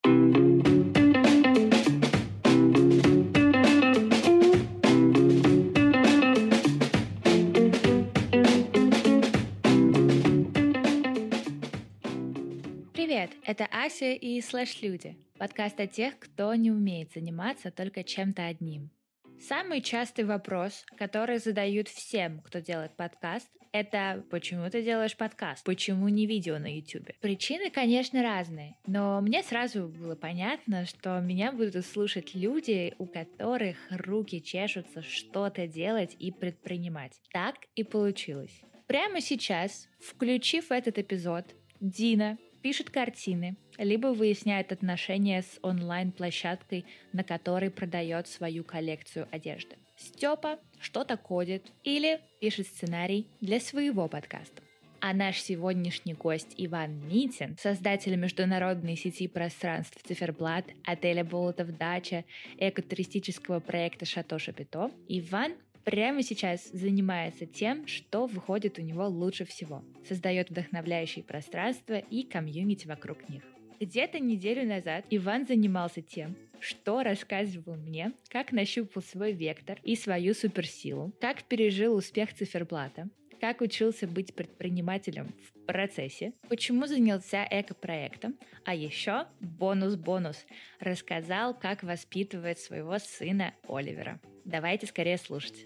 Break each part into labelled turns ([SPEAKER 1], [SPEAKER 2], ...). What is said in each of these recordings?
[SPEAKER 1] Привет, это Ася и Слэш-люди, подкаст о тех, кто не умеет заниматься только чем-то одним. Самый частый вопрос, который задают всем, кто делает подкаст, это «Почему ты делаешь подкаст? Почему не видео на YouTube?» Причины, конечно, разные, но мне сразу было понятно, что меня будут слушать люди, у которых руки чешутся что-то делать и предпринимать. Так и получилось. Прямо сейчас, включив этот эпизод, Дина пишет картины, либо выясняет отношения с онлайн-площадкой, на которой продает свою коллекцию одежды. Степа что-то кодит или пишет сценарий для своего подкаста. А наш сегодняшний гость Иван Митин, создатель международной сети пространств «Циферблат», отеля «Болотов Дача», экотуристического проекта «Шато Шапито», Иван прямо сейчас занимается тем, что выходит у него лучше всего. Создает вдохновляющие пространства и комьюнити вокруг них. Где-то неделю назад Иван занимался тем, что рассказывал мне, как нащупал свой вектор и свою суперсилу, как пережил успех циферблата, как учился быть предпринимателем в процессе, почему занялся экопроектом, а еще бонус-бонус рассказал, как воспитывает своего сына Оливера. Давайте скорее слушать.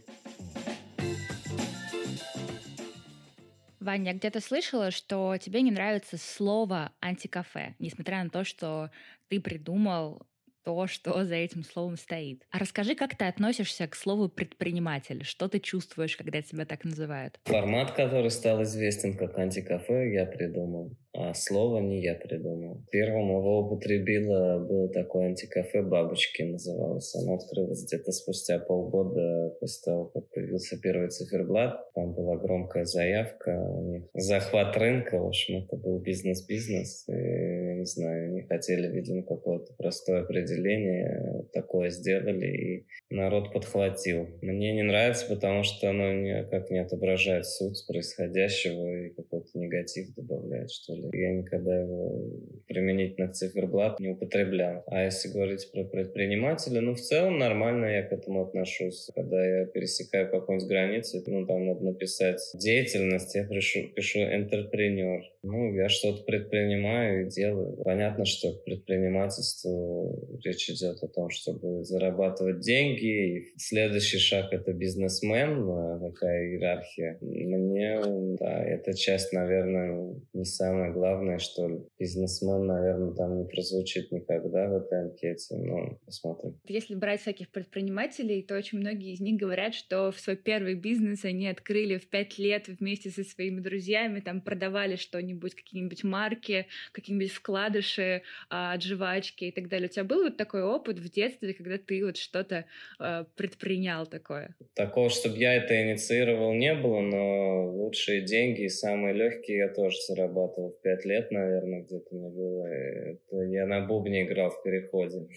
[SPEAKER 1] Ваня, я где-то слышала, что тебе не нравится слово «антикафе», несмотря на то, что ты придумал то, что за этим словом стоит. А расскажи, как ты относишься к слову «предприниматель»? Что ты чувствуешь, когда тебя так называют?
[SPEAKER 2] Формат, который стал известен как антикафе, я придумал, а слово не я придумал. Первым его употребила, было такое антикафе «Бабочки» называлось. Оно открылось где-то спустя полгода после того, как появился первый циферблат. Там была громкая заявка, у них захват рынка, в общем, это был бизнес-бизнес. И, не знаю, они хотели, видимо, какое-то простое определение, такое сделали, и народ подхватил. Мне не нравится, потому что оно никак не отображает суть происходящего и какой-то негатив добавляет, что ли. Я никогда его применительно к циферблату не употреблял. А если говорить про предпринимателя, в целом нормально я к этому отношусь. Когда я пересекаю какую-нибудь границу, там надо написать деятельность, я пишу «энтерпренер». Я что-то предпринимаю и делаю. Понятно, что к предпринимательству речь идет о том, чтобы зарабатывать деньги. И следующий шаг — это бизнесмен, такая иерархия. Мне, эта часть, наверное, не самое главное, что ли. Бизнесмен, наверное, там не прозвучит никогда в этой анкете, но посмотрим.
[SPEAKER 1] Если брать всяких предпринимателей, то очень многие из них говорят, что в свой первый бизнес они открыли в 5 лет вместе со своими друзьями, там продавали что-нибудь, какие-нибудь марки, какие-нибудь вкладыши от жвачки и так далее. У тебя был вот такой опыт в детстве, когда ты вот что-то предпринял такое?
[SPEAKER 2] Такого, чтобы я это инициировал, не было, но лучшие деньги и самые легкие я тоже зарабатывал в 5 лет, наверное, где-то мне было. Это я на бубне играл в переходе.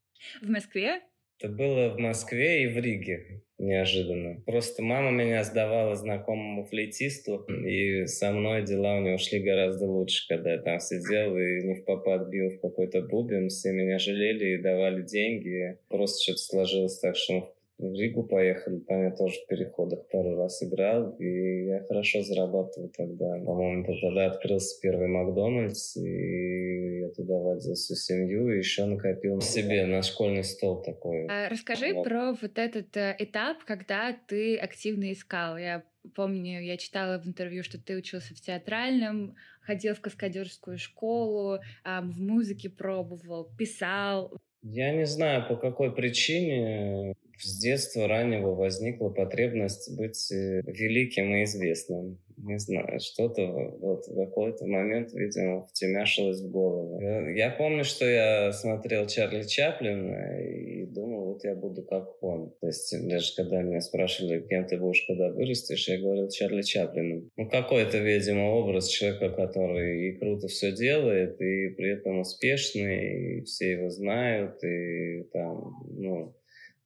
[SPEAKER 1] В Москве?
[SPEAKER 2] Это было в Москве и в Риге. Неожиданно. Просто мама меня сдавала знакомому флейтисту, и со мной дела у него шли гораздо лучше, когда я там сидел и не впопад бил в какой-то бубен. Все меня жалели и давали деньги. Просто что-то сложилось так, что мы в Ригу поехали, там я тоже в переходах пару раз играл, и я хорошо зарабатывал тогда. По-моему, тогда открылся первый Макдональдс, и я туда водил всю семью, и еще накопил себе на школьный стол такой.
[SPEAKER 1] Расскажи про вот этот этап, когда ты активно искал. Я помню, я читала в интервью, что ты учился в театральном, ходил в каскадерскую школу, в музыке пробовал, писал.
[SPEAKER 2] Я не знаю, по какой причине с детства раннего возникла потребность быть великим и известным. Не знаю, что-то в какой-то момент, видимо, втемяшилось в голову. Я помню, что я смотрел Чарли Чаплина и думал, вот я буду как он. То есть даже когда меня спрашивали, кем ты будешь, когда вырастешь, я говорил Чарли Чаплином. Какой-то, видимо, образ человека, который и круто все делает, и при этом успешный, и все его знают, и там,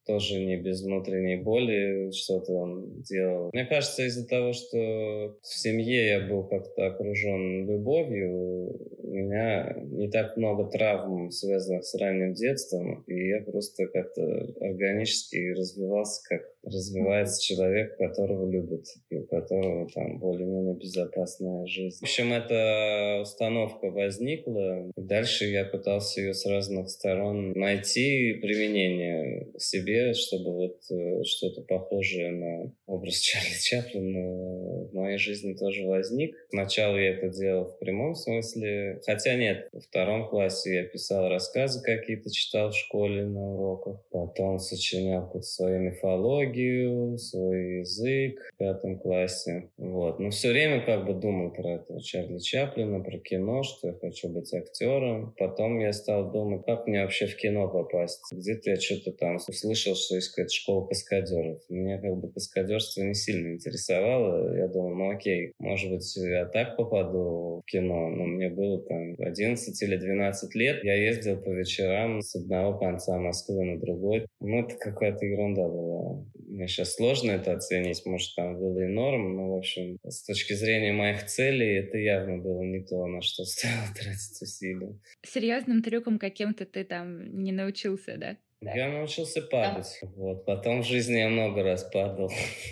[SPEAKER 2] тоже не без внутренней боли что-то он делал. Мне кажется, из-за того, что в семье я был как-то окружен любовью, у меня не так много травм, связанных с ранним детством, и я просто как-то органически развивался, как развивается человек, которого любят, и у которого там более-менее безопасная жизнь. В общем, эта установка возникла, и дальше я пытался ее с разных сторон найти применение к себе, чтобы вот что-то похожее на образ Чарли Чаплина в моей жизни тоже возник. Сначала я это делал в прямом смысле, хотя нет, во 2 классе я писал рассказы какие-то, читал в школе на уроках, потом сочинял какую-то свою мифологию, свой язык в 5 классе. Вот. Но все время как бы думал про этого Чарли Чаплина, про кино, что я хочу быть актером. Потом я стал думать, как мне вообще в кино попасть. Где-то я что-то там услышал, что есть какая-то школа каскадеров. Меня как бы каскадерство не сильно интересовало. Я думал, ну окей, может быть, я так попаду в кино. Но мне было там 11 или 12 лет. Я ездил по вечерам с одного конца Москвы на другой. Ну, это какая-то ерунда была. Мне сейчас сложно это оценить. Может, там было и норм. Но, в общем, с точки зрения моих целей, это явно было не то, на что стоило тратить усилия.
[SPEAKER 1] Серьезным трюком каким-то ты там не научился, да?
[SPEAKER 2] Я научился падать. Вот. Потом в жизни я много раз падал.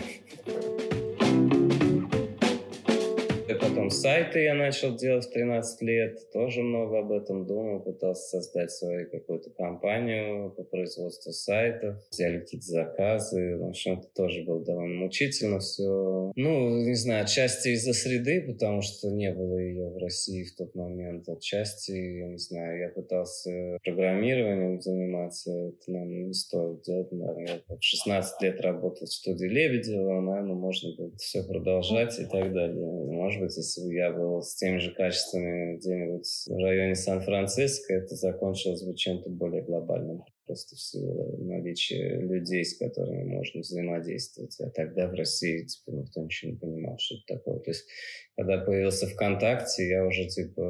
[SPEAKER 2] И потом сайты я начал делать в 13 лет. Тоже много об этом думал. Пытался создать свою какую-то компанию по производству сайтов. Взяли какие-то заказы. В общем, это тоже было довольно мучительно все. Ну, не знаю, отчасти из-за среды, потому что не было ее в России в тот момент. Отчасти, я не знаю, я пытался программированием заниматься. Это, наверное, не стоит делать. Наверное, я в 16 лет работал в студии Лебедева. Наверное, можно было все продолжать и так далее. Может быть, если бы я был с теми же качествами где-нибудь в районе Сан-Франциско, это закончилось бы чем-то более глобальным. Просто в силу наличия людей, с которыми можно взаимодействовать. А тогда в России никто ничего не понимал, что это такое. То есть, когда появился ВКонтакте, я уже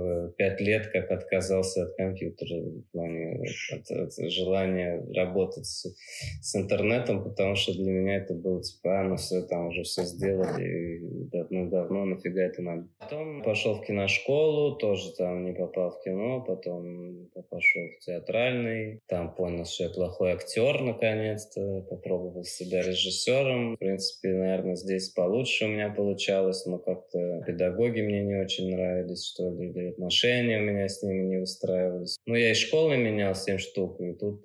[SPEAKER 2] 5 лет как отказался от компьютера в плане от желания работать с интернетом, потому что для меня это было ну все, там уже все сделали давно, нафига это надо. Потом пошел в киношколу, тоже там не попал в кино, потом пошел в театральный, там понял, что я плохой актер, наконец-то, попробовал себя режиссером. В принципе, наверное, здесь получше у меня получалось, но как-то педагоги мне не очень нравились, что ли, или отношения у меня с ними не выстраивались. Ну, я и школы менял 7 штук, и тут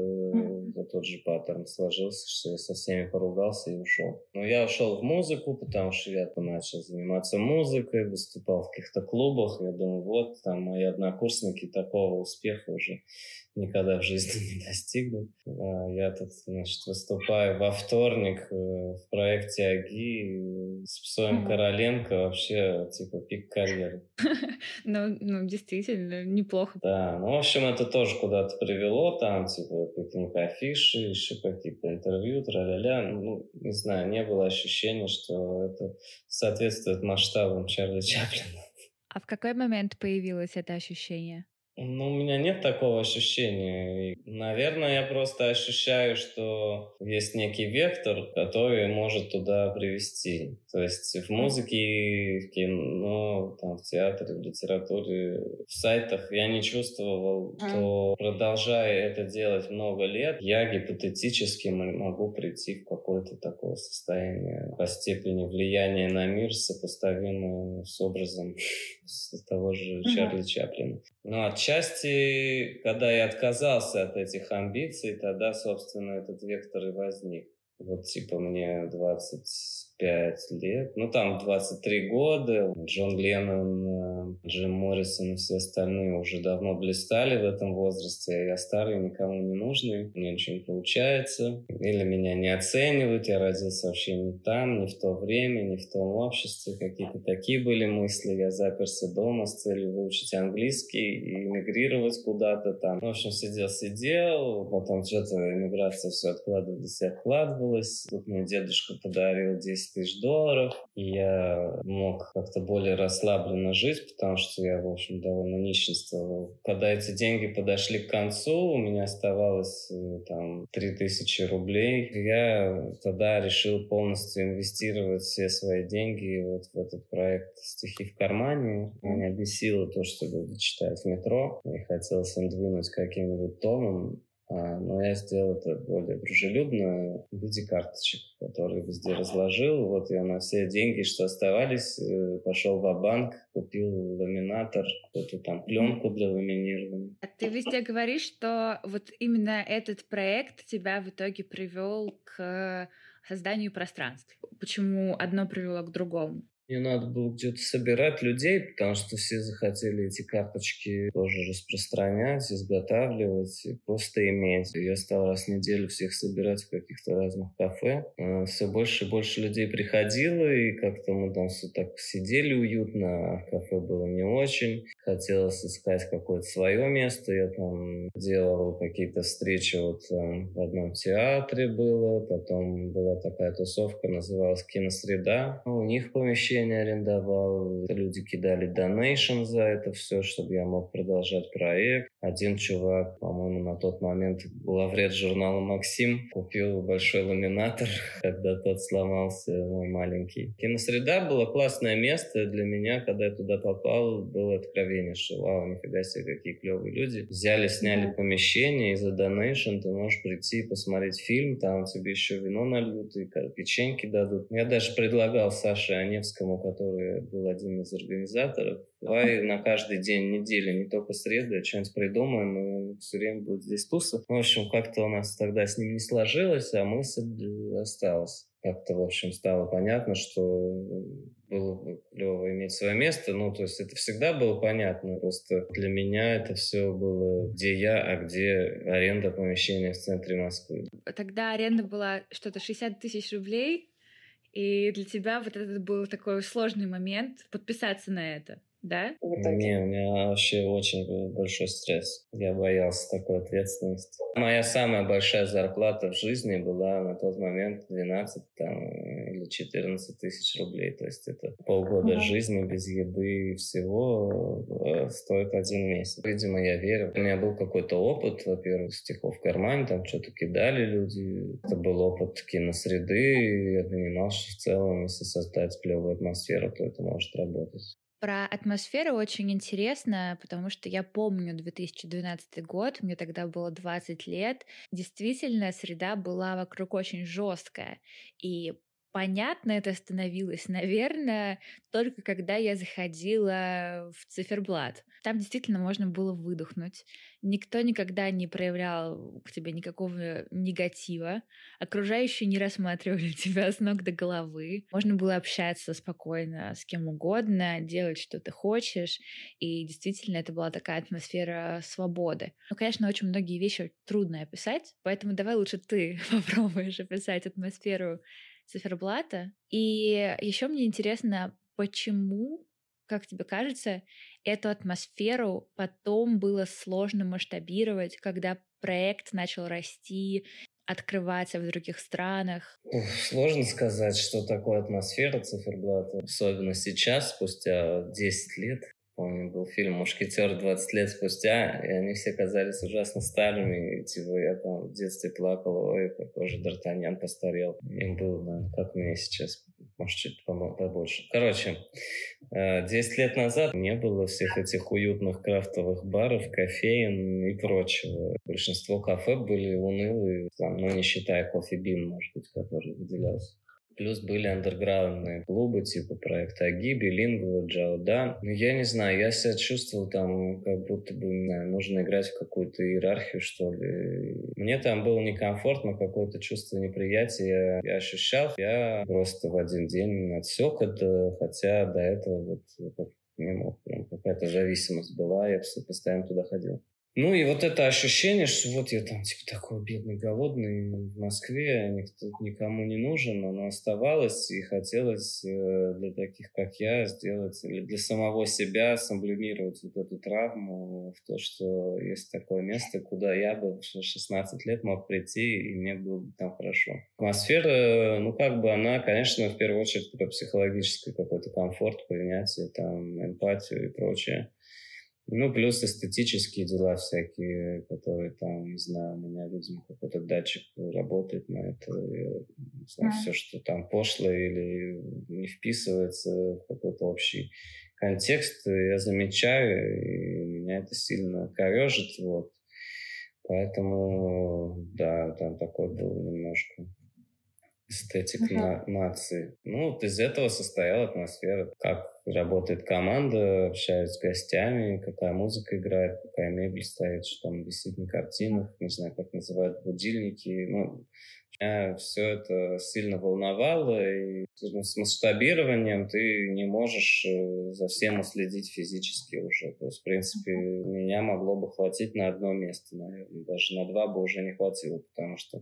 [SPEAKER 2] тот же паттерн сложился, что я со всеми поругался и ушел. Но я ушел в музыку, потому что я начал заниматься музыкой, выступал в каких-то клубах. Я думаю, вот, там мои однокурсники такого успеха уже никогда в жизни не достигнут. Я тут, значит, выступаю во вторник в проекте АГИ с Псоем Короленко. Вообще, типа, пик карьеры.
[SPEAKER 1] Ну, действительно, неплохо.
[SPEAKER 2] Да, ну, в общем, это тоже куда-то привело. Там, типа, какие-то афиши, еще какие-то интервью, тра-ля-ля. Ну, не знаю, не было ощущения, что это соответствует масштабам Чарли Чаплина.
[SPEAKER 1] А в какой момент появилось это ощущение?
[SPEAKER 2] Ну, у меня нет такого ощущения. Наверное, я просто ощущаю, что есть некий вектор, который может туда привести. То есть в музыке, в кино, там, в театре, в литературе, в сайтах я не чувствовал, что, продолжая это делать много лет, я гипотетически могу прийти в какое-то такое состояние по степени влияния на мир, сопоставимое с образом того же Чарли Чаплина. Но отчасти, когда я отказался от этих амбиций, тогда, собственно, этот вектор и возник. Вот, типа, мне 25 лет, ну, там, 23 года. Джон Леннон, Джим Моррисон и все остальные уже давно блистали в этом возрасте, а я старый, никому не нужный, у меня ничего не получается. Или меня не оценивают, я родился вообще не там, не в то время, не в том обществе. Какие-то такие были мысли. Я заперся дома с целью выучить английский и эмигрировать куда-то там. В общем, сидел, потом что-то эмиграция все откладывалась и откладывалась. Тут мне дедушка подарил 10 тысяч долларов, и я мог как-то более расслабленно жить, потому что я, в общем, довольно нищенствовал. Когда эти деньги подошли к концу, у меня оставалось там 3000 рублей. Я тогда решил полностью инвестировать все свои деньги вот в этот проект «Стихи в кармане». Меня бесило то, что люди читают в метро, и хотелось им двинуть каким-нибудь томом. Но я сделал это более дружелюбно в виде карточек, которые везде разложил. Вот я на все деньги, что оставались, пошел ва-банк, купил ламинатор, какую-то там пленку для ламинирования.
[SPEAKER 1] А ты везде говоришь, что вот именно этот проект тебя в итоге привел к созданию пространств. Почему одно привело к другому?
[SPEAKER 2] Мне надо было где-то собирать людей, потому что все захотели эти карточки тоже распространять, изготавливать и просто иметь. Я стал раз в неделю всех собирать в каких-то разных кафе. Все больше и больше людей приходило, и как-то мы там все так сидели уютно, а кафе было не очень. Хотелось искать какое-то свое место. Я там делал какие-то встречи вот в одном театре было, потом была такая тусовка, называлась «Киносреда». У них помещение арендовал. Люди кидали донейшн за это все, чтобы я мог продолжать проект. Один чувак, по-моему, на тот момент лауреат журнала «Максим», купил большой ламинатор, когда тот сломался, мой маленький. Киносреда было классное место для меня. Когда я туда попал, было откровение, что вау, нифига себе, какие клевые люди. Взяли, сняли помещение, и за донейшн ты можешь прийти и посмотреть фильм, там тебе еще вино нальют и печеньки дадут. Я даже предлагал Саше Оневскому, который был один из организаторов, давай на каждый день недели, не только среды, что-нибудь придумаем, и все время будет здесь туса. В общем, как-то у нас тогда с ним не сложилось, а мысль осталась. Как-то, в общем, стало понятно, что было бы клево иметь свое место. Ну, то есть это всегда было понятно. Просто для меня это все было где я, а где аренда помещения в центре Москвы.
[SPEAKER 1] Тогда аренда была что-то 60 тысяч рублей, и для тебя вот этот был такой сложный момент подписаться на это, да?
[SPEAKER 2] Не, у меня вообще очень был большой стресс. Я боялся такой ответственности. Моя самая большая зарплата в жизни была на тот момент 12 или 14 тысяч рублей. То есть это полгода жизни без еды и всего стоит 1 месяц. Видимо, я верил. У меня был какой-то опыт, во-первых, стихов в кармане, там что-то кидали люди. Это был опыт киносреды, и я понимал, что в целом, если создать клевую атмосферу, то это может работать.
[SPEAKER 1] Про атмосферу очень интересно, потому что я помню 2012 год, мне тогда было 20 лет. Действительно, среда была вокруг очень жесткая. И понятно это становилось, наверное, только когда я заходила в циферблат. Там действительно можно было выдохнуть. Никто никогда не проявлял к тебе никакого негатива. Окружающие не рассматривали тебя с ног до головы. Можно было общаться спокойно с кем угодно, делать, что ты хочешь. И действительно, это была такая атмосфера свободы. Ну, конечно, очень многие вещи трудно описать, поэтому давай лучше ты попробуешь описать атмосферу циферблата. И еще мне интересно, почему, как тебе кажется, эту атмосферу потом было сложно масштабировать, когда проект начал расти, открываться в других странах?
[SPEAKER 2] Сложно сказать, что такое атмосфера циферблата, особенно сейчас, спустя 10 лет. Помню, был фильм «Мушкетер» 20 лет спустя, и они все казались ужасно старыми. И, типа, я там в детстве плакал, ой, какой же Д'Артаньян постарел. Им было, наверное, как мне сейчас, может, чуть побольше. Короче, 10 лет назад не было всех этих уютных крафтовых баров, кофеин и прочего. Большинство кафе были унылые, там, ну, не считая Coffee Bean, может быть, который выделялся. Плюс были андерграундные клубы, типа проекта Агиби, Лингва, Джауда. Но я не знаю, я себя чувствовал там, как будто бы, не знаю, нужно играть в какую-то иерархию, что ли. Мне там было некомфортно, какое-то чувство неприятия я ощущал. Я просто в один день отсек это, хотя до этого вот не мог. Прям какая-то зависимость была, я постоянно туда ходил. Ну и вот это ощущение, что вот я там типа такой бедный, голодный в Москве, никто никому не нужен, оно оставалось, и хотелось для таких, как я, сделать, или для самого себя сублимировать вот эту травму в то, что есть такое место, куда я бы в 16 лет мог прийти, и мне было бы там хорошо. Атмосфера, ну как бы она, конечно, в первую очередь про психологический какой-то комфорт, принятие, там, эмпатию и прочее. Ну, плюс эстетические дела всякие, которые там, не знаю, у меня, видимо, какой-то датчик работает на это. Я, не знаю, все, что там пошло или не вписывается в какой-то общий контекст, я замечаю, и меня это сильно корежит, вот. Поэтому, да, там такой был немножко эстетик нации. Ну, вот из этого состояла атмосфера, как работает команда, общаюсь с гостями, какая музыка играет, какая мебель стоит, что там висит на картинах, не знаю, как называют, будильники. Ну, меня все это сильно волновало, и с масштабированием ты не можешь за всем уследить физически уже. То есть, в принципе, меня могло бы хватить на одно место, наверное. Даже на два бы уже не хватило, потому что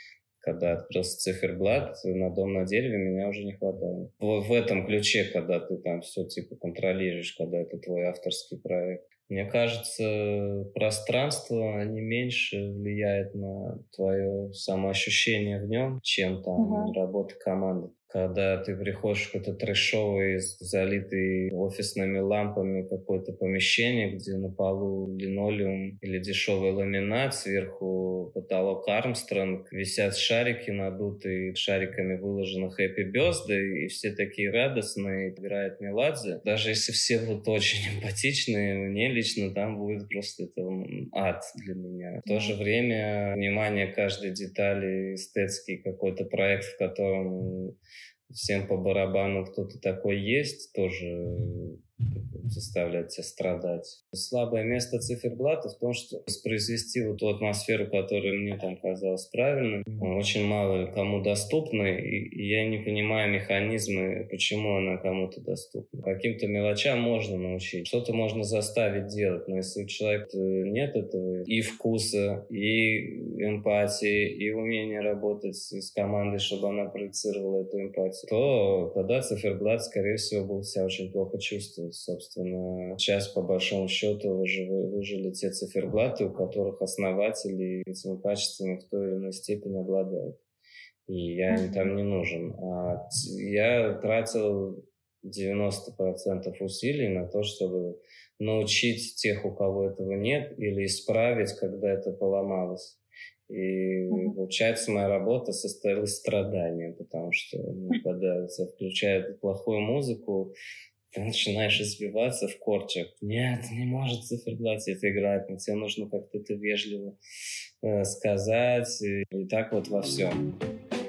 [SPEAKER 2] когда открылся циферблат, на «Дом на дереве» меня уже не хватало. В этом ключе, когда ты там все типа контролируешь, когда это твой авторский проект. Мне кажется, пространство не меньше влияет на твое самоощущение в нем, чем там работа команды. Когда ты приходишь в какой-то трэшовый, залитый офисными лампами какое-то помещение, где на полу линолеум или дешевый ламинат, сверху потолок Армстронг, висят шарики надутые, шариками выложено Happy Birthday, и все такие радостные, играет Меладзе. Даже если все будут очень эмпатичные, мне лично там будет просто это ад для меня. В то же время внимание каждой детали, эстетский какой-то проект, в котором всем по барабану кто-то такой есть, тоже заставляет тебя страдать. Слабое место циферблата в том, что воспроизвести вот ту атмосферу, которая мне там казалась правильной, очень мало кому доступна, и я не понимаю механизмы, почему она кому-то доступна. Каким-то мелочам можно научить, что-то можно заставить делать, но если у человека нет этого и вкуса, и эмпатии, и умения работать с командой, чтобы она проецировала эту эмпатию, то тогда циферблат, скорее всего, будет себя очень плохо чувствовать, собственно. Сейчас, по большому счету, выжили те циферблаты, у которых основатели этими качествами в той или иной степени обладают. И я им там не нужен. Я тратил 90% усилий на то, чтобы научить тех, у кого этого нет, или исправить, когда это поломалось. И получается, моя работа состояла из страдания, потому что когда тебя включают плохую музыку, ты начинаешь избиваться в корчах. Нет, не может циферблате это играть, но тебе нужно как-то это вежливо сказать. И так вот во всем.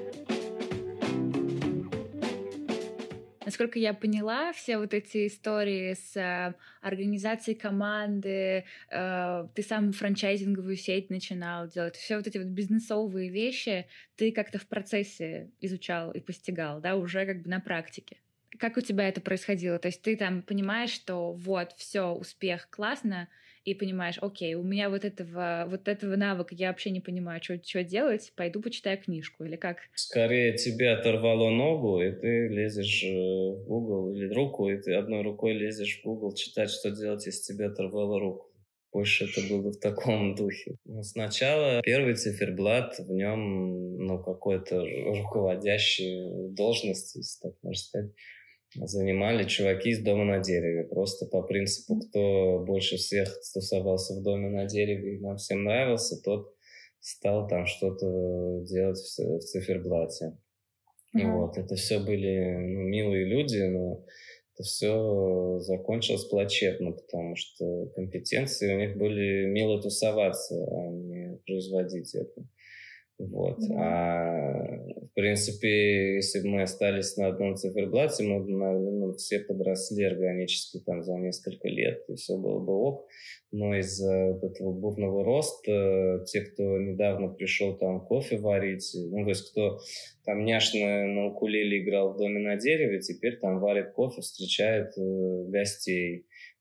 [SPEAKER 1] Насколько я поняла, все вот эти истории с организацией команды, ты сам франчайзинговую сеть начинал делать, все вот эти вот бизнесовые вещи ты как-то в процессе изучал и постигал, да, уже как бы на практике. Как у тебя это происходило? То есть ты там понимаешь, что вот, все, успех, классно, и понимаешь, окей, у меня вот этого навыка я вообще не понимаю, что делать, пойду почитаю книжку, или как?
[SPEAKER 2] Скорее тебе оторвало ногу, и ты лезешь в Google, или руку, и ты одной рукой лезешь в Google читать, что делать, если тебе оторвало руку. Больше это было в таком духе. Но сначала первый циферблат, в нем какой-то руководящий должность, если так можно сказать, занимали чуваки из «Дома на дереве». Просто по принципу, кто больше всех тусовался в «Доме на дереве» и нам всем нравился, тот стал там что-то делать в циферблате. Вот. Это все были милые люди, но это все закончилось плачевно, потому что компетенции у них были мило тусоваться, а не производить это. Вот. В принципе, если бы мы остались на одном циферблате, мы бы, наверное, все подросли органически там за несколько лет, и все было бы ок. Но из-за вот этого бурного роста, те, кто недавно пришел там кофе варить, то есть кто там няшно на укулеле играл в «Доме на дереве», теперь там варит кофе, встречает гостей.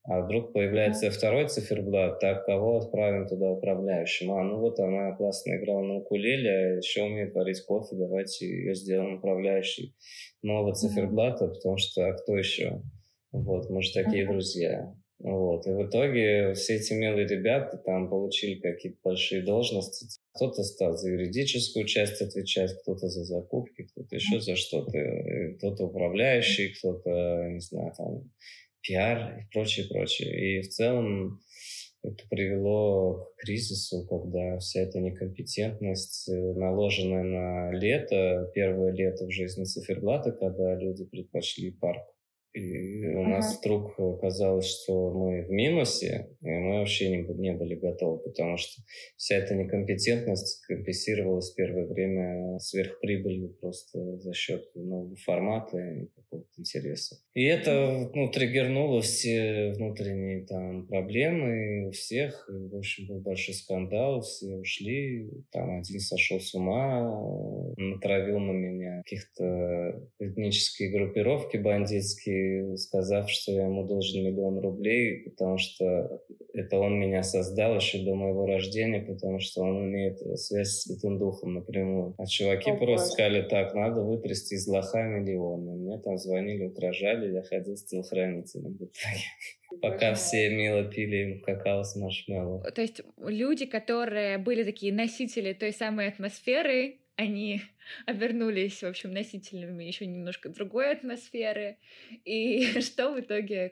[SPEAKER 2] А вдруг появляется второй циферблат, так кого отправим туда управляющим? Ну вот она классно играла на укулеле, а еще умеет варить кофе, давайте ее сделаем управляющей нового циферблата, потому что а кто еще? Вот, мы же такие друзья. Вот. И в итоге все эти милые ребята там получили какие-то большие должности. Кто-то стал за юридическую часть отвечать, кто-то за закупки, кто-то еще за что-то. Кто-то управляющий, кто-то, не знаю, там, пиар и прочее, прочее. И в целом это привело к кризису, когда вся эта некомпетентность, наложенная на лето, первое лето в жизни циферблата, когда люди предпочли парк. И у нас вдруг казалось, что мы в минусе, и мы вообще не были готовы, потому что вся эта некомпетентность компенсировалась в первое время сверхприбылью просто за счет нового формата и какого-то интереса. И это триггернуло все внутренние там проблемы у всех. И, в общем, был большой скандал, все ушли. Там один сошел с ума, натравил на меня каких-то этнические группировки бандитские, сказав, что я ему должен 1 000 000 рублей, потому что это он меня создал еще до моего рождения, потому что он имеет связь с Святым Духом напрямую. А чуваки просто сказали, так, надо вытрясти из лоха миллионы. Мне там звонили, угрожали, я ходил с телохранителем в итоге. Пока все мило пили им какао с маршмеллоу.
[SPEAKER 1] То есть люди, которые были такие носители той самой атмосферы, они обернулись, в общем, носителями еще немножко другой атмосферы. И что в итоге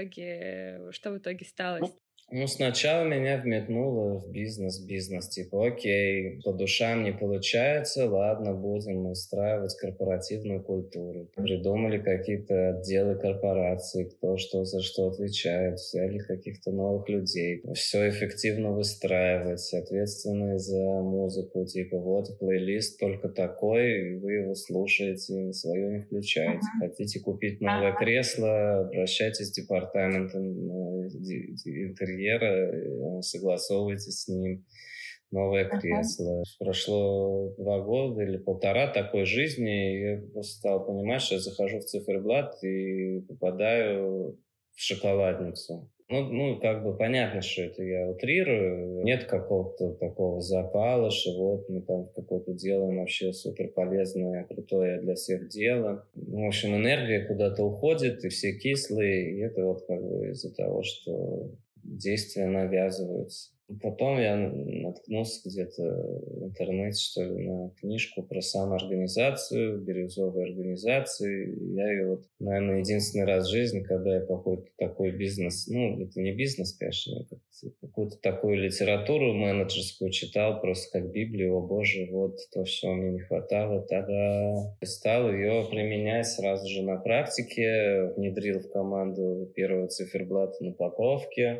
[SPEAKER 1] стало?
[SPEAKER 2] Сначала меня вметнуло в бизнес. Типа, окей, по душам не получается, ладно, будем устраивать корпоративную культуру. Придумали какие-то отделы корпорации, кто что за что отвечает, взяли каких-то новых людей. Все эффективно выстраивать, ответственные за музыку. Типа, вот плейлист только такой, вы его слушаете, свое не включаете. Хотите купить новое кресло, обращайтесь в департамент интерьера, согласовывайтесь с ним, новое кресло. Прошло 2 года или 1,5 такой жизни, и я просто стал понимать, что я захожу в циферблат и попадаю в шоколадницу. Как бы понятно, что это я утрирую. Нет какого-то такого запала, что вот мы там какое-то делаем вообще супер полезное, крутое для всех дело. В общем, энергия куда-то уходит, и все кислые. И это вот как бы из-за того, что действия навязываются. Потом я наткнулся где-то в интернете, что ли, на книжку про самоорганизацию, бирюзовые организации. Я ее, наверное, единственный раз в жизни, когда я какой-то такой бизнес, это не бизнес, конечно, какую-то такую литературу менеджерскую читал, просто как Библию, о боже, вот то, что мне не хватало, тогда стал ее применять сразу же на практике, внедрил в команду первого циферблата на Покровке.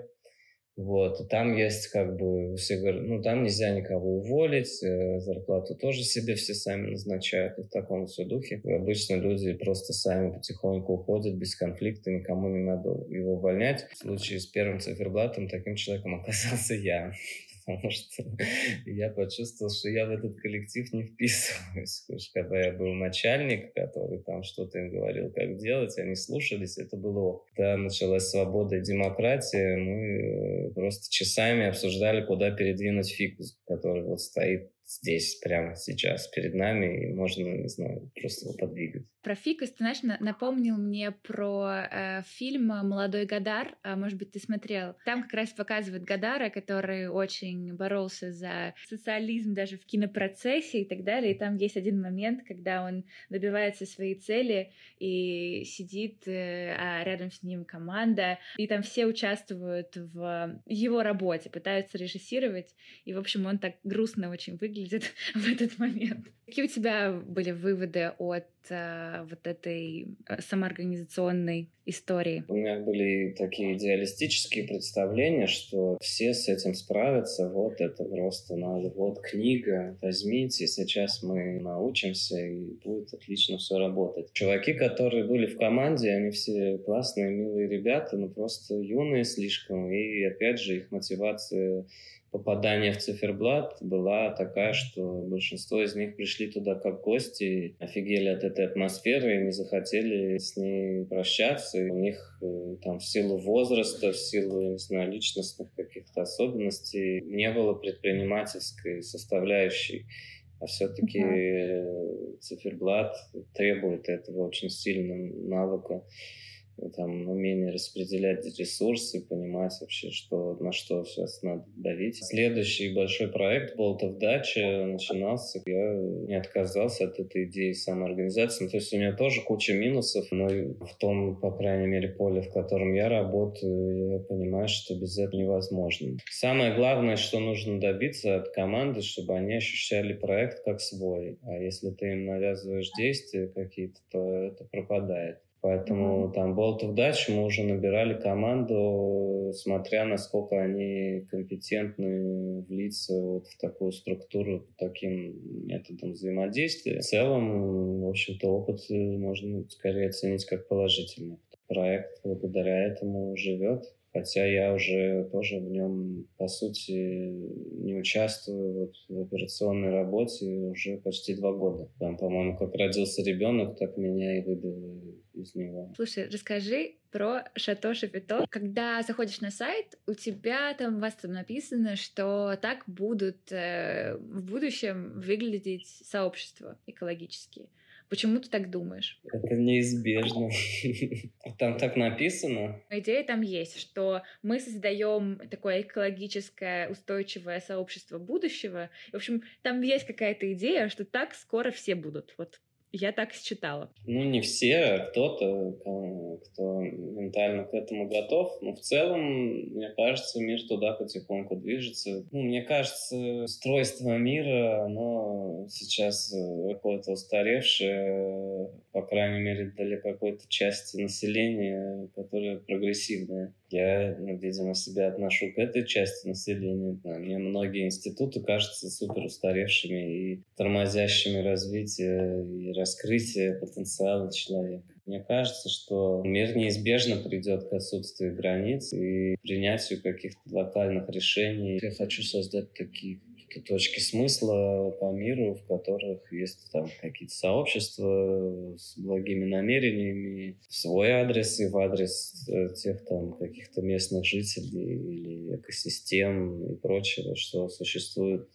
[SPEAKER 2] Вот, и там есть как бы, все говорят, там нельзя никого уволить, зарплату тоже себе все сами назначают, и в таком все духе. Обычно люди просто сами потихоньку уходят без конфликта, никому не надо его увольнять. В случае с первым циферблатом таким человеком оказался я. Потому что я почувствовал, что я в этот коллектив не вписываюсь. Потому что когда я был начальник, который там что-то им говорил, как делать, они слушались, это было. Когда началась свобода и демократия, мы просто часами обсуждали, куда передвинуть фикус, который вот стоит здесь, прямо сейчас перед нами, и можно, не знаю, просто его подвигать.
[SPEAKER 1] Про фикус, ты знаешь, напомнил мне про фильм «Молодой Годар», может быть, ты смотрел. Там как раз показывают Годара, который очень боролся за социализм даже в кинопроцессе и так далее, и там есть один момент, когда он добивается своей цели, и сидит, а рядом с ним команда, и там все участвуют в его работе, пытаются режиссировать, и, в общем, он так грустно очень выглядит в этот момент. Какие у тебя были выводы от вот этой самоорганизационной истории?
[SPEAKER 2] У меня были такие идеалистические представления, что все с этим справятся, вот это просто надо, вот книга, возьмите, сейчас мы научимся, и будет отлично все работать. Чуваки, которые были в команде, они все классные, милые ребята, но просто юные слишком, и опять же их мотивация попадания в циферблат была такая, что большинство из них пришли туда как гости, офигели от этой атмосферы и не захотели с ней прощаться. И у них там в силу возраста, в силу, я не знаю, личностных каких-то особенностей не было предпринимательской составляющей. А все-таки циферблат требует этого очень сильного навыка, там, умение распределять ресурсы, понимать вообще, на что сейчас надо давить. Следующий большой проект «Болтов дача» начинался. Я не отказался от этой идеи самоорганизации. То есть у меня тоже куча минусов, но в том, по крайней мере, поле, в котором я работаю, я понимаю, что без этого невозможно. Самое главное, что нужно добиться от команды, чтобы они ощущали проект как свой. А если ты им навязываешь действия какие-то, то это пропадает. Поэтому там «Болтов дача» мы уже набирали команду, смотря насколько они компетентны влиться вот в такую структуру, по таким методам взаимодействия. В целом, в общем-то, опыт можно скорее оценить как положительный. Проект благодаря этому живет. Хотя я уже тоже в нем, по сути, не участвую вот в операционной работе уже почти 2 года. Там, по-моему, как родился ребенок, так меня и выбили из него.
[SPEAKER 1] Слушай, расскажи про Шато Шапито. Когда заходишь на сайт, у тебя там, у вас там написано, что так будут в будущем выглядеть сообщества экологические. Почему ты так думаешь?
[SPEAKER 2] Это неизбежно. Там так написано.
[SPEAKER 1] Идея там есть, что мы создаем такое экологическое устойчивое сообщество будущего. В общем, там есть какая-то идея, что так скоро все будут. Вот я так считала.
[SPEAKER 2] Ну, не все, а кто-то, кто ментально к этому готов. Но в целом, мне кажется, мир туда потихоньку движется. Ну, мне кажется, устройство мира, оно сейчас какое-то устаревшее, по крайней мере, для какой-то части населения, которая прогрессивная. Я, видимо, себя отношу к этой части населения. Мне многие институты кажутся супер устаревшими и тормозящими развитие и раскрытие потенциала человека. Мне кажется, что мир неизбежно придет к отсутствию границ и принятию каких-то локальных решений. Я хочу создать такие точки смысла по миру, в которых есть там какие-то сообщества с благими намерениями в свой адрес и в адрес тех там каких-то местных жителей или экосистем и прочего, что существует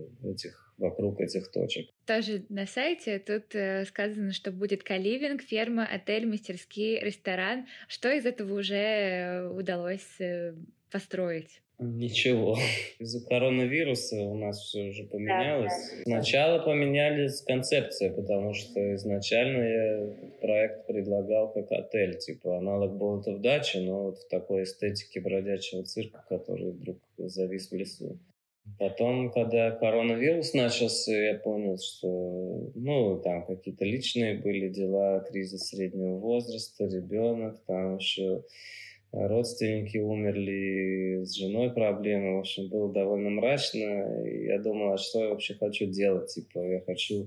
[SPEAKER 2] вокруг этих точек.
[SPEAKER 1] Тоже на сайте тут сказано, что будет коливинг, ферма, отель, мастерские, ресторан. Что из этого уже удалось построить?
[SPEAKER 2] Ничего. Из-за коронавируса у нас все уже поменялось. Сначала поменялись концепции, потому что изначально я проект предлагал как отель, типа аналог «Болтов дачи», но вот в такой эстетике бродячего цирка, который вдруг завис в лесу. Потом, когда коронавирус начался, я понял, что, там какие-то личные были дела, кризис среднего возраста, ребенок, там еще родственники умерли, с женой проблемы. В общем, было довольно мрачно. И я думал, а что я вообще хочу делать? Типа, я хочу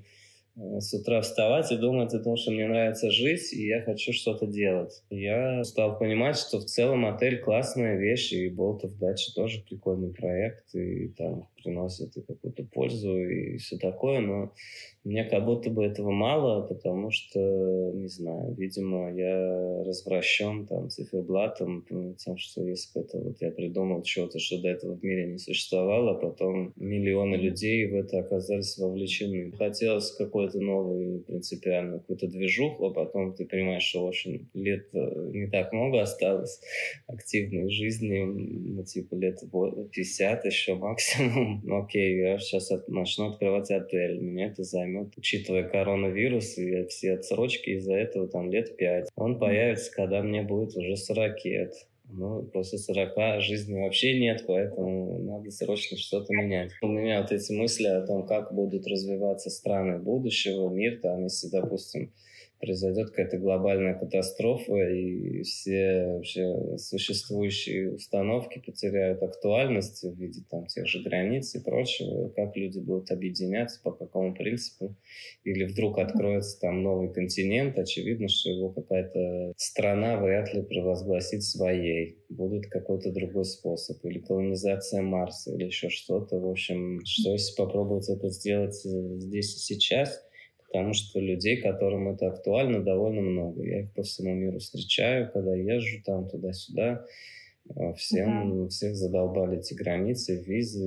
[SPEAKER 2] с утра вставать и думать о том, что мне нравится жить, и я хочу что-то делать. Я стал понимать, что в целом отель классная вещь, и «Болтов дача» тоже прикольный проект, и там приносит и какую-то пользу, и все такое, но мне как будто бы этого мало, потому что, не знаю, видимо, я развращен там циферблатом, тем, что если это вот я придумал что-то, что до этого в мире не существовало, потом миллионы людей в это оказались вовлечены. Хотелось какой-то новый принципиально какую-то движуху, а потом ты понимаешь, что, в общем, лет не так много осталось активной жизни, типа лет 50 еще максимум. Окей, я сейчас начну открывать отель, меня это займет, учитывая коронавирус и все отсрочки, из-за этого там лет 5. Он появится, когда мне будет уже 40 лет. После 40 жизни вообще нет, поэтому надо срочно что-то менять. У меня вот эти мысли о том, как будут развиваться страны будущего, мир, там, если, допустим, произойдет какая-то глобальная катастрофа, и все вообще существующие установки потеряют актуальность в виде там тех же границ и прочего, как люди будут объединяться, по какому принципу, или вдруг откроется там новый континент, очевидно, что его какая-то страна вряд ли провозгласит своей. Будет какой-то другой способ, или колонизация Марса, или еще что-то. В общем, что если попробовать это сделать здесь и сейчас, потому что людей, которым это актуально, довольно много. Я их по всему миру встречаю, когда езжу там туда-сюда. Всех задолбали эти границы, визы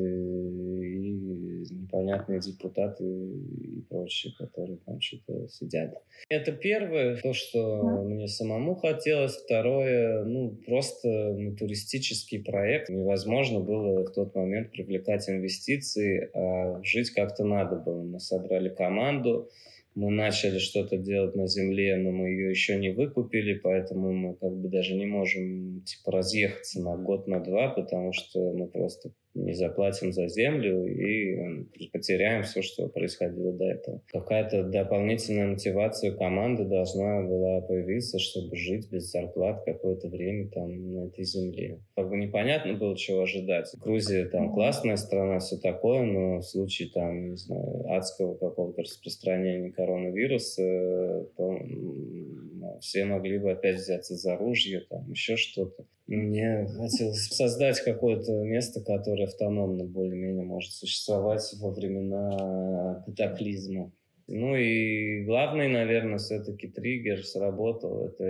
[SPEAKER 2] и непонятные депутаты и прочие, которые там что-то сидят. Это первое, то, что мне самому хотелось. Второе, просто туристический проект. Невозможно было в тот момент привлекать инвестиции, а жить как-то надо было. Мы собрали команду, мы начали что-то делать на земле, но мы ее еще не выкупили, поэтому мы как бы даже не можем разъехаться на год, на два, потому что мы просто не заплатим за землю и потеряем все, что происходило до этого. Какая-то дополнительная мотивация у команды должна была появиться, чтобы жить без зарплат какое-то время там на этой земле. Как бы непонятно было, чего ожидать. Грузия там классная страна, все такое, но в случае там, не знаю, адского какого-то распространения коронавируса, то все могли бы опять взяться за ружье, там еще что-то. Мне хотелось создать какое-то место, которое автономно более-менее может существовать во времена катаклизма. И главный, наверное, все-таки триггер сработал. Это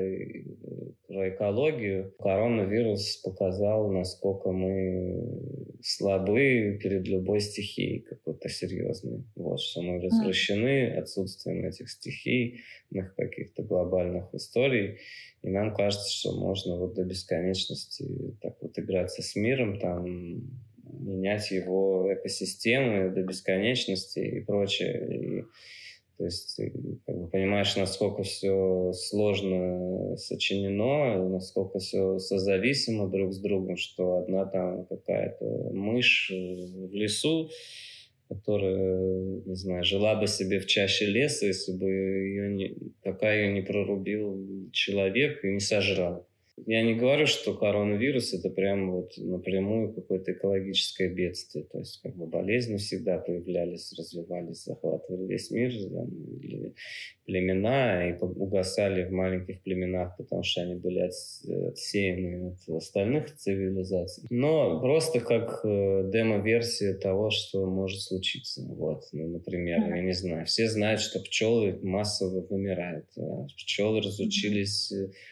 [SPEAKER 2] про экологию. Коронавирус показал, насколько мы слабы перед любой стихией какой-то серьезной. Что мы развращены отсутствием этих стихийных каких-то глобальных историй. И нам кажется, что можно до бесконечности так играться с миром, там, менять его экосистемы до бесконечности и прочее. То есть ты понимаешь, насколько все сложно сочинено, насколько все созависимо друг с другом, что одна там какая-то мышь в лесу, которая, не знаю, жила бы себе в чаще леса, если бы пока ее не прорубил человек и не сожрал. Я не говорю, что коронавирус это прям напрямую какое-то экологическое бедствие. То есть болезни всегда появлялись, развивались, захватывали весь мир, или племена, и угасали в маленьких племенах, потому что они были отсеяны от остальных цивилизаций. Но просто как демо-версия того, что может случиться. Например, я не знаю, все знают, что пчелы массово вымирают. Пчелы разучились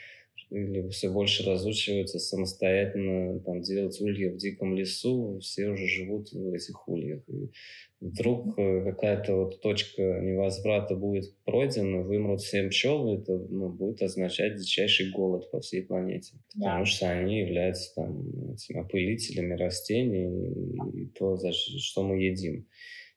[SPEAKER 2] или все больше разучиваются самостоятельно делать улья в диком лесу, все уже живут в этих ульях. И вдруг какая-то точка невозврата будет пройдена, вымрут все пчелы, это будет означать дичайший голод по всей планете. Потому что они являются этими опылителями растений и то, что мы едим.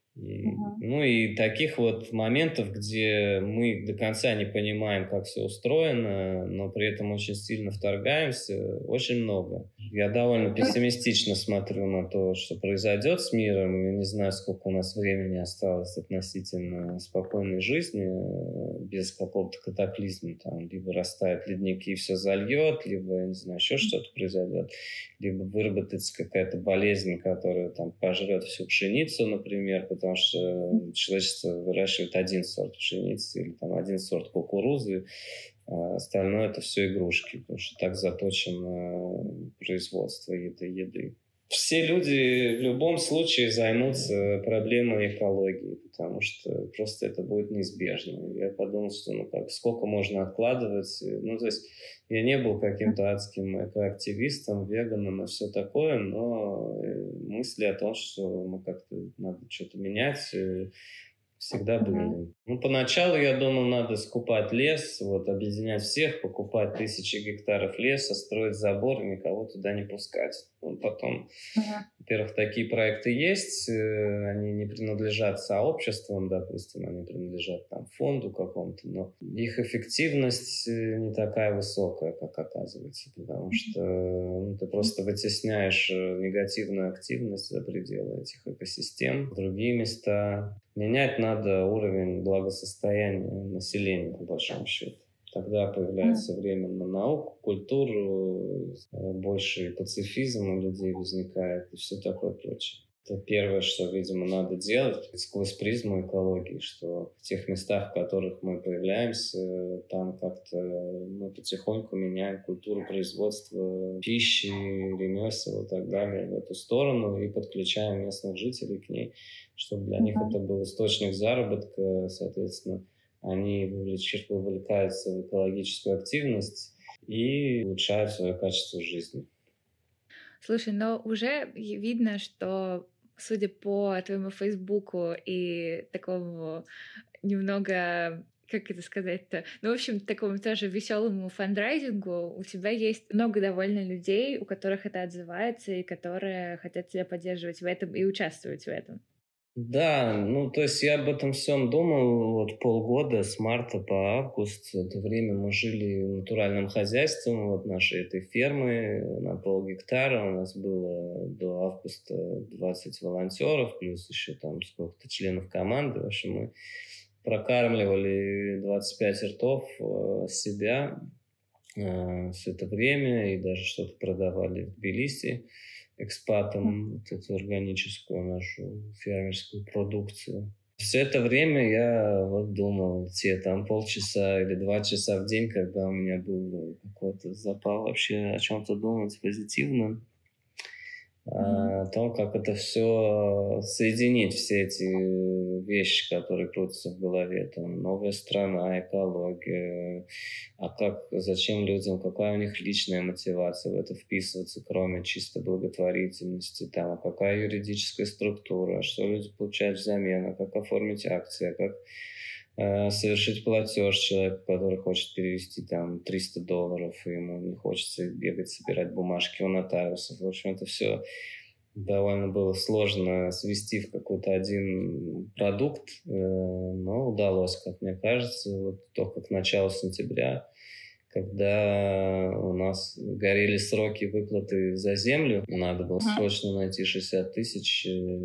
[SPEAKER 2] И таких моментов, где мы до конца не понимаем, как все устроено, но при этом очень сильно вторгаемся, очень много. Я довольно пессимистично смотрю на то, что произойдет с миром. Я не знаю, сколько у нас времени осталось относительно спокойной жизни без какого-то катаклизма. Либо растают ледники и все зальет, либо, я не знаю, еще что-то произойдет. Либо выработается какая-то болезнь, которая пожрет всю пшеницу, например, потому что человечество выращивает один сорт пшеницы или один сорт кукурузы, а остальное это все игрушки, потому что так заточено производство этой еды. Все люди в любом случае займутся проблемой экологии, потому что просто это будет неизбежно. Я подумал, что сколько можно откладывать. То есть я не был каким-то адским экоактивистом, веганом и все такое, но мысли о том, что как-то надо что-то менять, всегда были. Поначалу я думал, надо скупать лес, объединять всех, покупать 1000 гектаров леса, строить забор и никого туда не пускать. Потом, во-первых, такие проекты есть, они не принадлежат сообществам, допустим, они принадлежат фонду какому-то, но их эффективность не такая высокая, как оказывается, потому что ты просто вытесняешь негативную активность за пределы этих экосистем в другие места. Менять надо уровень благосостояния населения, по большому счету. Тогда появляется время на науку, культуру, больше пацифизм у людей возникает и все такое прочее. Это первое, что, видимо, надо делать сквозь призму экологии, что в тех местах, в которых мы появляемся, там как-то мы потихоньку меняем культуру производства пищи, ремесел и так далее в эту сторону и подключаем местных жителей к ней, чтобы для них это был источник заработка, соответственно, они вовлекаются в экологическую активность и улучшают свое качество жизни.
[SPEAKER 1] Слушай, но уже видно, что, судя по твоему Фейсбуку и такому немного, как это сказать-то, ну, в общем, такому тоже веселому фандрайзингу, у тебя есть много довольно людей, у которых это отзывается и которые хотят тебя поддерживать в этом и участвовать в этом.
[SPEAKER 2] Да, ну, то есть я об этом всем думал вот полгода, с марта по август. Это время мы жили натуральным хозяйством вот нашей этой фермы на полгектара. У нас было до августа 20 волонтеров, плюс еще там сколько-то членов команды. В общем, мы прокармливали 25 ртов себя все это время и даже что-то продавали в Тбилиси экспатам, вот эту органическую нашу фермерскую продукцию. Все это время я вот думал, те там полчаса или 2 часа в день, когда у меня был какой-то запал вообще о чем-то думать позитивно, о том, как это все соединить, все эти вещи, которые крутятся в голове, там, новая страна, экология, зачем людям, какая у них личная мотивация в это вписываться, кроме чисто благотворительности, там, а какая юридическая структура, что люди получают взамен, а как оформить акции, а как совершить платеж человеку, который хочет перевести там $300, и ему не хочется бегать, собирать бумажки у нотариусов. В общем, это все довольно было сложно свести в какой-то один продукт, но удалось, как мне кажется, вот только к началу сентября, когда у нас горели сроки выплаты за землю, надо было срочно найти 60 тысяч,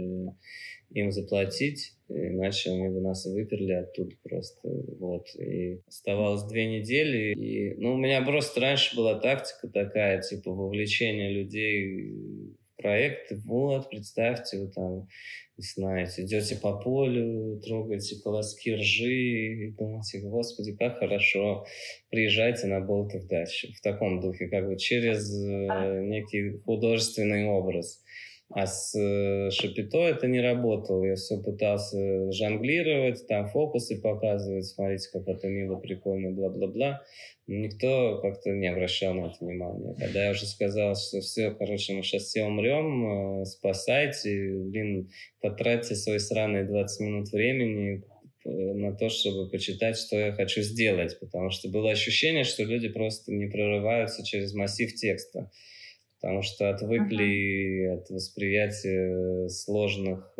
[SPEAKER 2] им заплатить, иначе они бы нас выперли оттуда просто. Вот. И оставалось 2 недели. И, ну, у меня просто раньше была тактика такая, типа, вовлечение людей в проект. Вот, представьте, вы там, не знаете, идете по полю, трогаете колоски ржи и думаете, господи, как хорошо, приезжайте на Болтов дачу. В таком духе, как бы через некий художественный образ. А с Шапито это не работало. Я все пытался жонглировать, там фокусы показывать, смотрите, как это мило, прикольно, бла-бла-бла. Но никто как-то не обращал на это внимания. Когда я уже сказал, что все, короче, мы сейчас все умрем, спасайте, блин, потратьте свои сраные 20 минут времени на то, чтобы почитать, что я хочу сделать. Потому что было ощущение, что люди просто не прорываются через массив текста. Потому что отвыкли от восприятия сложных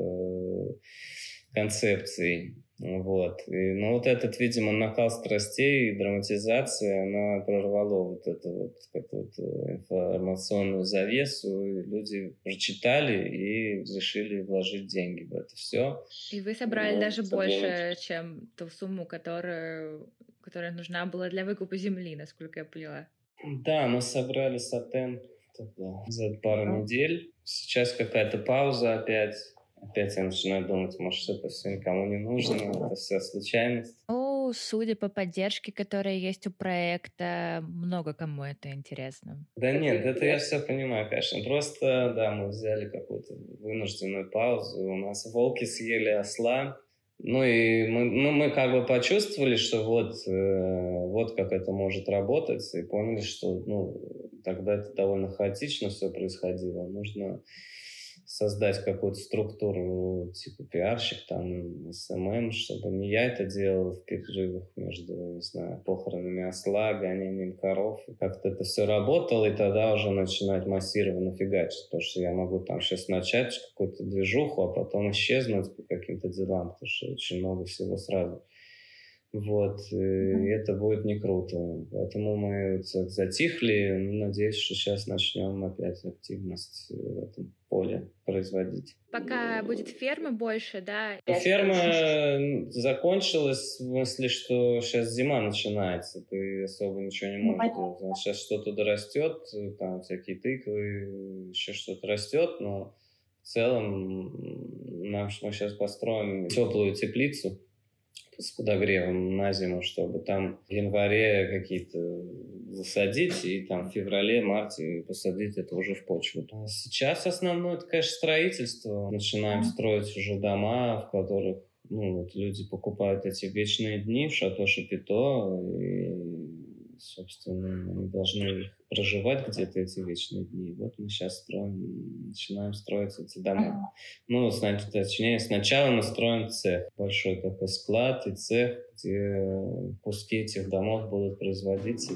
[SPEAKER 2] концепций. Вот. Ну, вот этот, видимо, накал страстей, драматизация, она прорвала вот эту вот какую-то информационную завесу, и люди прочитали и решили вложить деньги в это все.
[SPEAKER 1] И вы собрали даже больше, чем ту сумму, которая нужна была для выкупа земли, насколько я поняла.
[SPEAKER 2] Да, мы собрали сатен за пару недель. Сейчас какая-то пауза опять. Опять я начинаю думать, может, это все никому не нужно, это все случайность.
[SPEAKER 1] Ну, судя по поддержке, которая есть у проекта, много кому это интересно.
[SPEAKER 2] Да нет, это я все понимаю, конечно. Просто, да, мы взяли какую-то вынужденную паузу. У нас волки съели осла. Ну и мы как бы почувствовали, что вот как это может работать, и поняли, что тогда это довольно хаотично все происходило. Нужно создать какую-то структуру, типа пиарщик, там, СММ, чтобы не я это делал в перерывах между, не знаю, похоронами осла, гонением коров. И как-то это все работало, и тогда уже начинать массированно фигачить. Потому что я могу там сейчас начать какую-то движуху, а потом исчезнуть по каким-то делам, потому что очень много всего сразу. Вот, и это будет не круто. Поэтому мы затихли. Надеюсь, что сейчас начнем опять активность в этом поле производить.
[SPEAKER 1] Пока будет ферма больше, да?
[SPEAKER 2] Ферма закончилась, в смысле, что сейчас зима начинается. Ты особо ничего не можешь делать. Сейчас что-то дорастет, там всякие тыквы, еще что-то растет, но В целом, мы сейчас построим теплую теплицу с подогревом на зиму, чтобы там в январе какие-то засадить, и там в феврале-марте посадить это уже в почву. А сейчас основное, это, конечно, строительство. Начинаем строить уже дома, в которых люди покупают эти вечные дни в Шато-Шапито, и, собственно, они должны проживать где-то эти вечные дни. Вот мы сейчас начинаем строить эти дома. Точнее, сначала мы строим цех. Большой такой склад и цех, где куски этих домов будут производиться.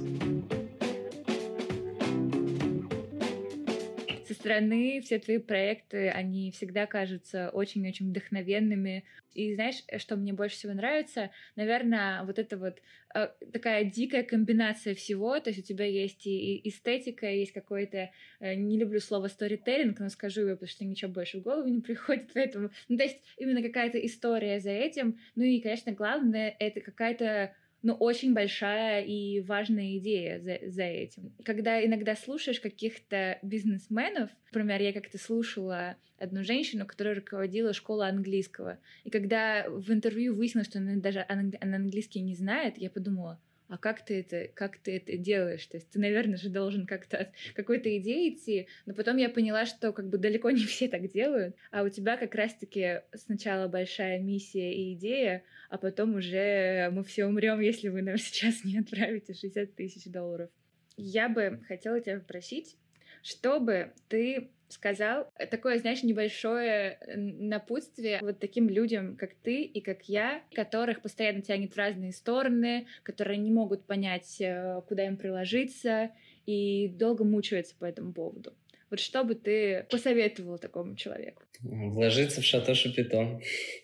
[SPEAKER 1] Со стороны все твои проекты, они всегда кажутся очень-очень вдохновенными. И знаешь, что мне больше всего нравится? Наверное, вот это вот такая дикая комбинация всего. То есть у тебя есть и эстетика, есть какой-то, не люблю слово сторителлинг, но скажу его, потому что ничего больше в голову не приходит, поэтому... то есть именно какая-то история за этим. Ну и, конечно, главное, это какая-то очень большая и важная идея за этим. Когда иногда слушаешь каких-то бизнесменов, например, я как-то слушала одну женщину, которая руководила школой английского, и когда в интервью выяснилось, что она даже она английский не знает, я подумала, а как ты это делаешь? То есть ты, наверное же, должен как-то от какой-то идеи идти, но потом я поняла, что как бы далеко не все так делают, а у тебя как раз-таки сначала большая миссия и идея, а потом уже мы все умрем, если вы нам сейчас не отправите $60 000. Я бы хотела тебя попросить, чтобы ты сказал такое, знаешь, небольшое напутствие вот таким людям, как ты и как я, которых постоянно тянет в разные стороны, которые не могут понять, куда им приложиться, и долго мучаются по этому поводу. Вот что бы ты посоветовал такому человеку?
[SPEAKER 2] Вложиться в Шато-Шапито.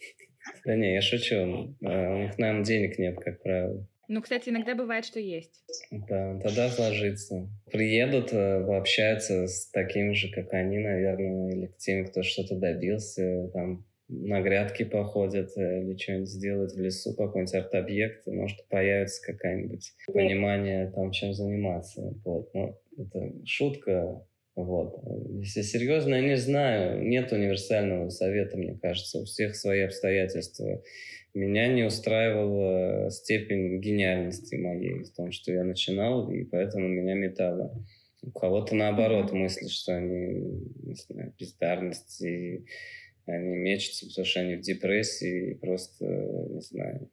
[SPEAKER 2] Да не, я шучу. У них, наверное, денег нет, как правило.
[SPEAKER 1] Кстати, иногда бывает, что есть.
[SPEAKER 2] Да, тогда вложиться. Приедут, пообщаются с такими же, как они, наверное, или к тем, кто что-то добился, там, на грядки походят или что-нибудь сделают в лесу, какой-нибудь арт-объект, и, может, появится какое-нибудь понимание, там, чем заниматься. Вот. Это шутка. Вот. Если серьезно, я не знаю, нет универсального совета, мне кажется, у всех свои обстоятельства. Меня не устраивала степень гениальности моей в том, что я начинал, и поэтому меня метало. У кого-то наоборот мысли, что они, не знаю, бездарность, и они мечутся, потому что они в депрессии, и просто, не знаю,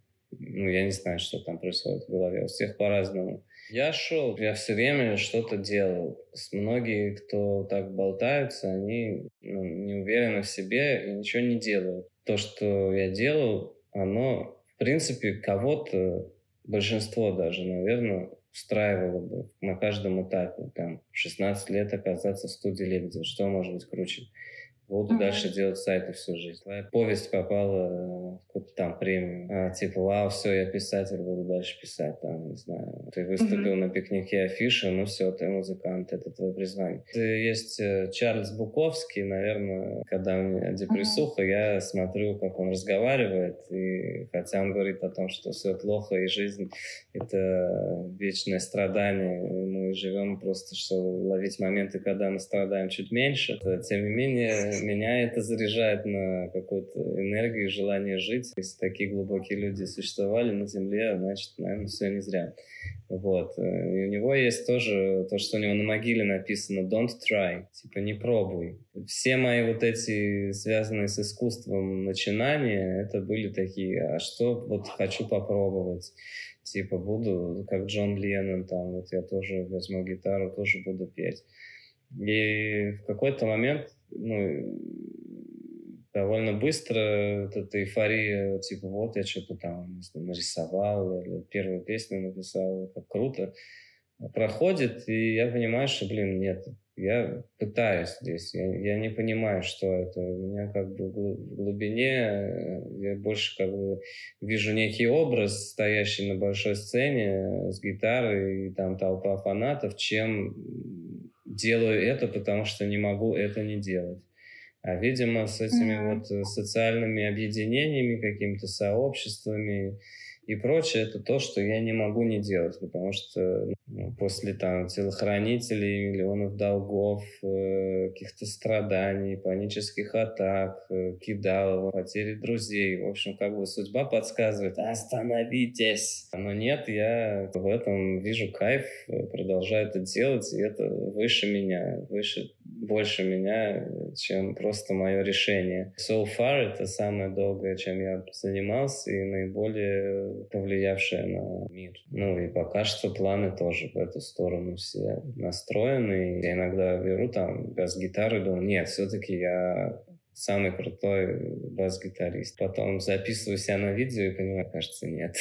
[SPEAKER 2] я не знаю, что там происходит в голове. У всех по-разному. Я все время что-то делал. Многие, кто так болтаются, они не уверены в себе и ничего не делают. То, что я делал, оно, в принципе, кого-то, большинство даже, наверное, устраивало бы на каждом этапе. Там, в 16 лет оказаться в студии Лебедева. Что может быть круче? Буду дальше делать сайты всю жизнь. Твоя повесть попала в какую-то там премию. Типа, вау, все, я писатель, буду дальше писать. Там, не знаю, ты выступил на пикнике афиши, все, ты музыкант, это твое призвание. Есть Чарльз Буковский, наверное, когда у меня депрессуха, я смотрю, как он разговаривает, и хотя он говорит о том, что все плохо, и жизнь — это вечное страдание, и мы живем просто, чтобы ловить моменты, когда мы страдаем чуть меньше. Тем не менее, меня это заряжает на какую-то энергию и желание жить. Если такие глубокие люди существовали на Земле, значит, наверное, все не зря. Вот. И у него есть тоже то, что у него на могиле написано «Don't try», типа «не пробуй». Все мои вот эти, связанные с искусством начинания, это были такие, а что вот хочу попробовать. Типа буду, как Джон Леннон, там, вот я тоже возьму гитару, тоже буду петь. И в какой-то момент довольно быстро вот эта эйфория, типа, вот я что-то там, не знаю, нарисовал, или первую песню написал, как круто, проходит, и я понимаю, что, нет, я пытаюсь здесь, я не понимаю, что это. У меня как бы в глубине я больше как бы вижу некий образ, стоящий на большой сцене с гитарой, и там толпа фанатов, чем делаю это, потому что не могу это не делать. А, видимо, с этими вот социальными объединениями, какими-то сообществами и прочее, это то, что я не могу не делать, потому что после там телохранителей, миллионов долгов, каких-то страданий, панических атак, кидалов, потери друзей, в общем, как бы судьба подсказывает: остановитесь! Но нет, я в этом вижу кайф, продолжаю это делать, и это выше меня, больше меня, чем просто мое решение. So far это самое долгое, чем я занимался, и наиболее повлиявшее на мир. Ну и пока что планы тоже в эту сторону все настроены. Я иногда беру там бас-гитару и думаю: нет, все-таки я самый крутой бас-гитарист. Потом записываю себя на видео и понимаю, кажется, нет.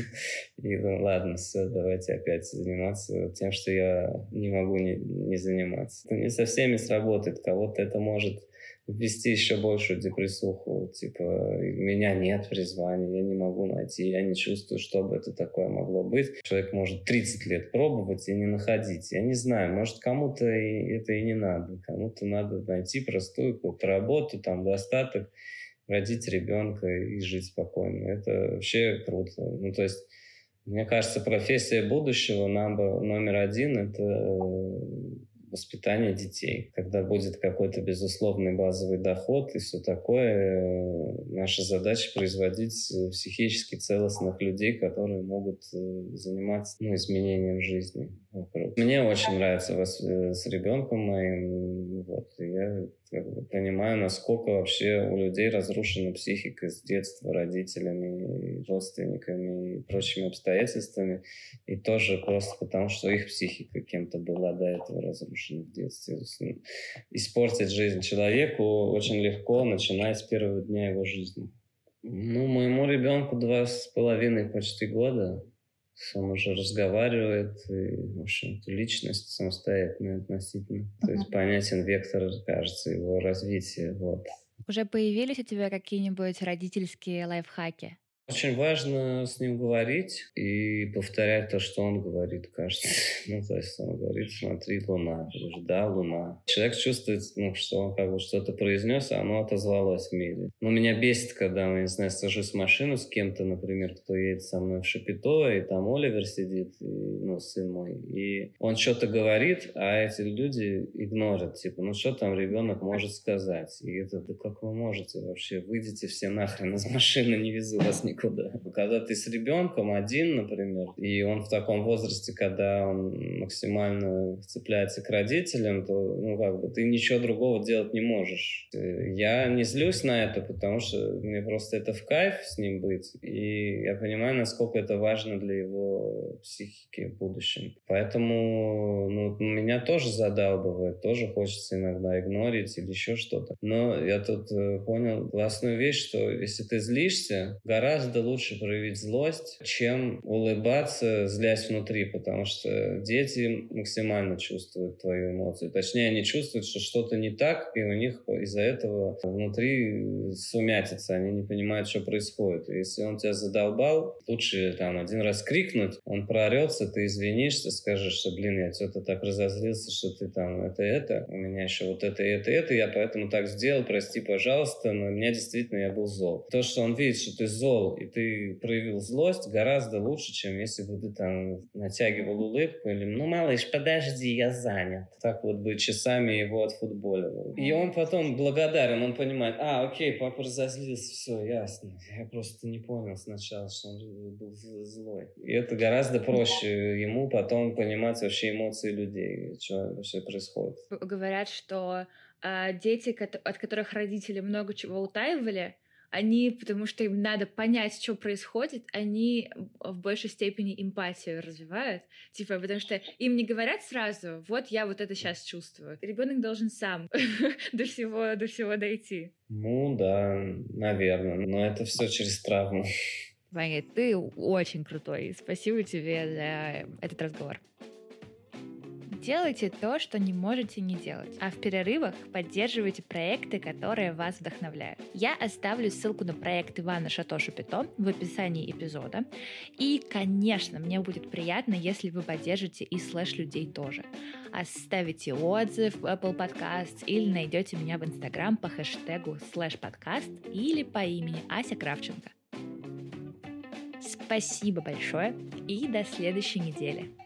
[SPEAKER 2] И думаю: ладно, все, давайте опять заниматься тем, что я не могу не заниматься. Это не со всеми сработает. Кого-то это может ввести еще большую депрессуху. Типа, у меня нет призвания, я не могу найти, я не чувствую, что бы это такое могло быть. Человек может 30 лет пробовать и не находить. Я не знаю, может, кому-то это и не надо. Кому-то надо найти простую какую-то работу, там, достаток, родить ребенка и жить спокойно. Это вообще круто. Ну, то есть, мне кажется, профессия будущего номер один — это воспитание детей. Когда будет какой-то безусловный базовый доход и все такое, наша задача производить психически целостных людей, которые могут заниматься изменением жизни вокруг. Мне очень нравится с ребенком моим. Вот, и я понимаю, насколько вообще у людей разрушена психика с детства родителями, родственниками и прочими обстоятельствами. И тоже просто потому, что их психика кем-то была до этого разрушена в детстве. Испортить жизнь человеку очень легко, начиная с первого дня его жизни. Моему ребенку 2,5 почти года. Он уже разговаривает, и, в общем-то, личность самостоятельная относительно. То есть понятен вектор, кажется, его развития. Вот.
[SPEAKER 1] Уже появились у тебя какие-нибудь родительские лайфхаки?
[SPEAKER 2] Очень важно с ним говорить и повторять то, что он говорит, кажется. То есть он говорит: смотри, луна. Я говорю: да, луна. Человек чувствует, что он как бы что-то произнес, а оно отозвалось в мире. Меня бесит, когда, я не знаю, сажусь в машину с кем-то, например, кто едет со мной в Шапито, и там Оливер сидит, сын мой, и он что-то говорит, а эти люди игнорят. Типа, что там ребенок может сказать? И это: да как вы можете вообще? Выйдите все нахрен из машины, не везу вас никуда. Когда ты с ребенком один, например, и он в таком возрасте, когда он максимально цепляется к родителям, то ты ничего другого делать не можешь. Я не злюсь на это, потому что мне просто это в кайф с ним быть, и я понимаю, насколько это важно для его психики в будущем. Поэтому меня тоже задалбывает, тоже хочется иногда игнорить или еще что-то. Но я тут понял классную вещь, что если ты злишься, гораздо лучше проявить злость, чем улыбаться, злясь внутри, потому что дети максимально чувствуют твою эмоцию. Точнее, они чувствуют, что что-то не так, и у них из-за этого внутри сумятица, они не понимают, что происходит. И если он тебя задолбал, лучше один раз крикнуть, он проорется, ты извинишься, скажешь, что, я что-то так разозлился, что ты это, у меня еще вот это, я поэтому так сделал, прости, пожалуйста, но я был зол. То, что он видит, что ты зол, и ты проявил злость, гораздо лучше, чем если бы ты натягивал улыбку или: малыш, подожди, я занят. Так бы часами его отфутболивал. И он потом благодарен, он понимает: окей, папа разозлился, все, ясно. Я просто не понял сначала, что он был злой. И это гораздо проще ему потом понимать вообще эмоции людей, что вообще происходит.
[SPEAKER 1] Говорят, что дети, от которых родители много чего утаивали, они, потому что им надо понять, что происходит, они в большей степени эмпатию развивают. Потому что им не говорят сразу: вот я вот это сейчас чувствую. Ребенок должен сам до всего дойти.
[SPEAKER 2] Да, наверное. Но это все через травму.
[SPEAKER 1] Ваня, ты очень крутой. Спасибо тебе за этот разговор. Делайте то, что не можете не делать, а в перерывах поддерживайте проекты, которые вас вдохновляют. Я оставлю ссылку на проект Ивана Шато Шапито в описании эпизода. И, конечно, мне будет приятно, если вы поддержите и слэш-людей тоже. Оставите отзыв в Apple Podcasts или найдете меня в Instagram по хэштегу /подкаст или по имени Ася Кравченко. Спасибо большое и до следующей недели.